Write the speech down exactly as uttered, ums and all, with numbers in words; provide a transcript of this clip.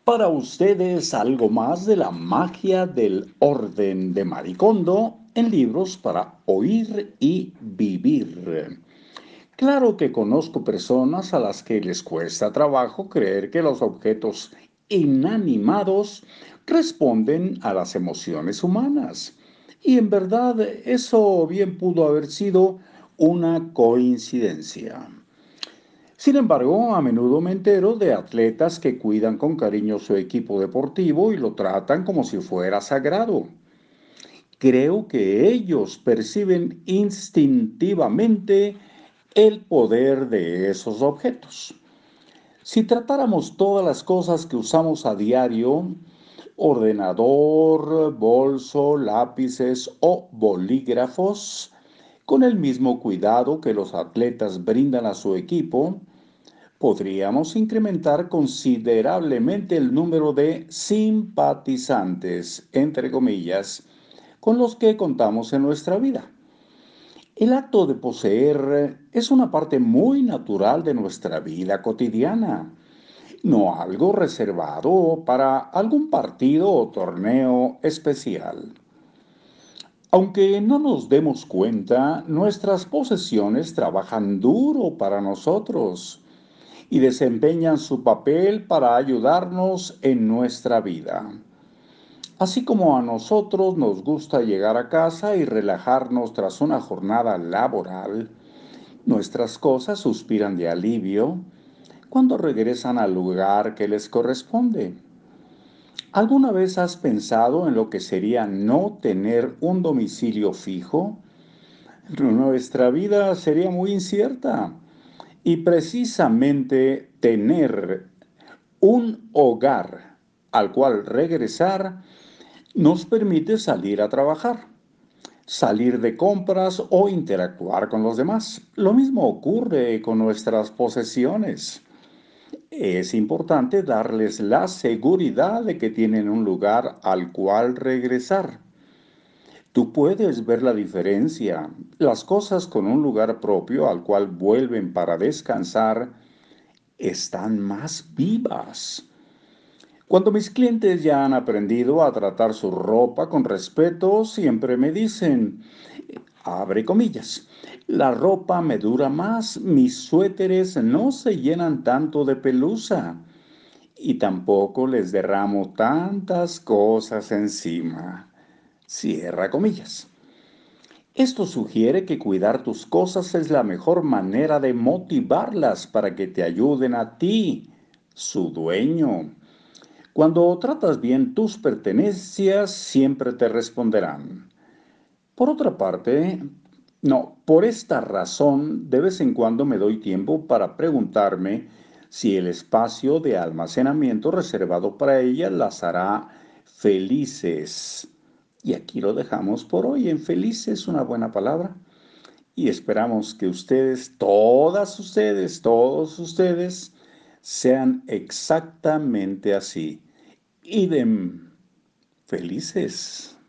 Para ustedes, algo más de la magia del orden de Maricondo en libros para oír y vivir. Claro que conozco personas a las que les cuesta trabajo creer que los objetos inanimados responden a las emociones humanas. Y en verdad eso bien pudo haber sido una coincidencia. Sin embargo, a menudo me entero de atletas que cuidan con cariño su equipo deportivo y lo tratan como si fuera sagrado. Creo que ellos perciben instintivamente el poder de esos objetos. Si tratáramos todas las cosas que usamos a diario, ordenador, bolso, lápices o bolígrafos, con el mismo cuidado que los atletas brindan a su equipo, podríamos incrementar considerablemente el número de simpatizantes, entre comillas, con los que contamos en nuestra vida. El acto de poseer es una parte muy natural de nuestra vida cotidiana, no algo reservado para algún partido o torneo especial. Aunque no nos demos cuenta, nuestras posesiones trabajan duro para nosotros y desempeñan su papel para ayudarnos en nuestra vida. Así como a nosotros nos gusta llegar a casa y relajarnos tras una jornada laboral, nuestras cosas suspiran de alivio cuando regresan al lugar que les corresponde. ¿Alguna vez has pensado en lo que sería no tener un domicilio fijo? Nuestra vida sería muy incierta y precisamente tener un hogar al cual regresar nos permite salir a trabajar, salir de compras o interactuar con los demás. Lo mismo ocurre con nuestras posesiones. Es importante darles la seguridad de que tienen un lugar al cual regresar. Tú puedes ver la diferencia. Las cosas con un lugar propio al cual vuelven para descansar están más vivas. Cuando mis clientes ya han aprendido a tratar su ropa con respeto, siempre me dicen, abre comillas, la ropa me dura más, mis suéteres no se llenan tanto de pelusa y tampoco les derramo tantas cosas encima. Cierra comillas. Esto sugiere que cuidar tus cosas es la mejor manera de motivarlas para que te ayuden a ti, su dueño. Cuando tratas bien tus pertenencias, siempre te responderán. Por otra parte, no, por esta razón, de vez en cuando me doy tiempo para preguntarme si el espacio de almacenamiento reservado para ellas las hará felices. Y aquí lo dejamos por hoy. En felices una buena palabra. Y esperamos que ustedes, todas ustedes, todos ustedes, sean exactamente así. Idem, felices.